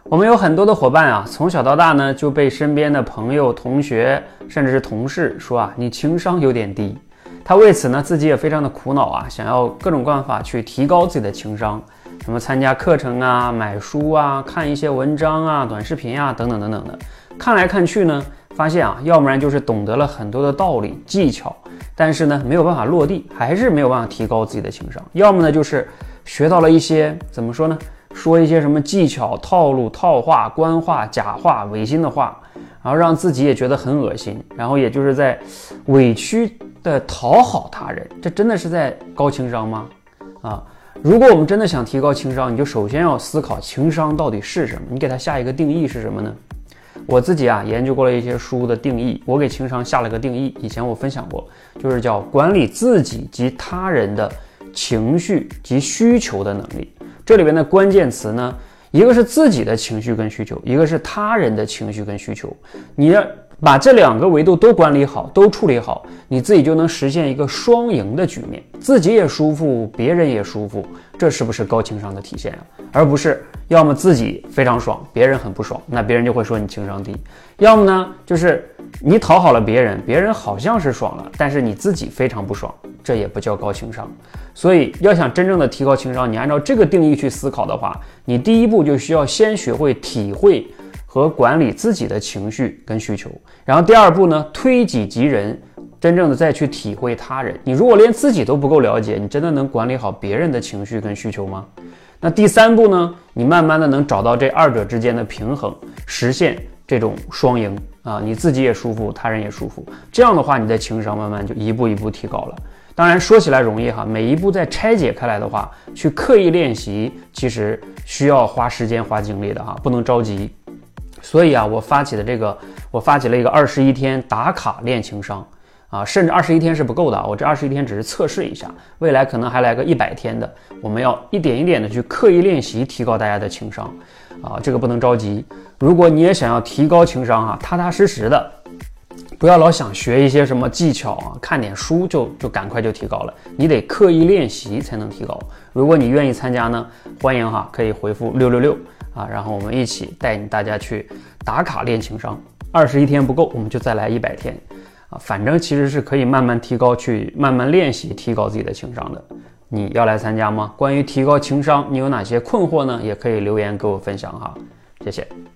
我们有很多的伙伴啊，从小到大呢就被身边的朋友、同学，甚至是同事说啊，你情商有点低。他为此呢自己也非常的苦恼啊，想要各种办法去提高自己的情商，什么参加课程啊、买书啊、看一些文章啊、短视频啊等等等等的。看来看去呢，发现啊，要不然就是懂得了很多的道理技巧，但是呢没有办法落地，还是没有办法提高自己的情商；要么呢就是学到了一些怎么说呢？说一些什么技巧、套路、套话、官话、假话、违心的话，然后让自己也觉得很恶心，然后也就是在委屈的讨好他人，这真的是在高情商吗？如果我们真的想提高情商，你就首先要思考情商到底是什么，你给它下一个定义是什么呢？我自己啊研究过了一些书的定义，我给情商下了个定义，以前我分享过，就是叫管理自己及他人的情绪及需求的能力。这里边的关键词呢，一个是自己的情绪跟需求，一个是他人的情绪跟需求。你要把这两个维度都管理好，都处理好，你自己就能实现一个双赢的局面，自己也舒服，别人也舒服，这是不是高情商的体现啊？而不是要么自己非常爽，别人很不爽，那别人就会说你情商低；要么呢，就是你讨好了别人，别人好像是爽了，但是你自己非常不爽，这也不叫高情商。所以要想真正的提高情商，你按照这个定义去思考的话，你第一步就需要先学会体会和管理自己的情绪跟需求，然后第二步呢，推己及人，真正的再去体会他人。你如果连自己都不够了解，你真的能管理好别人的情绪跟需求吗？那第三步呢，你慢慢的能找到这二者之间的平衡，实现这种双赢啊，你自己也舒服，他人也舒服。这样的话，你的情商慢慢就一步一步提高了。当然说起来容易哈，每一步再拆解开来的话，去刻意练习，其实需要花时间花精力的哈，不能着急。所以啊，我发起了一个21天打卡练情商啊，甚至21天是不够的，我这21天只是测试一下，未来可能还来个100天的，我们要一点一点的去刻意练习，提高大家的情商啊，这个不能着急。如果你也想要提高情商啊，踏踏实实的，不要老想学一些什么技巧啊，看点书就赶快就提高了，你得刻意练习才能提高。如果你愿意参加呢，欢迎哈，可以回复666啊，然后我们一起带大家去打卡练情商。21天不够，我们就再来100天啊，反正其实是可以慢慢提高，去慢慢练习提高自己的情商的。你要来参加吗？关于提高情商，你有哪些困惑呢？也可以留言给我分享哈，谢谢。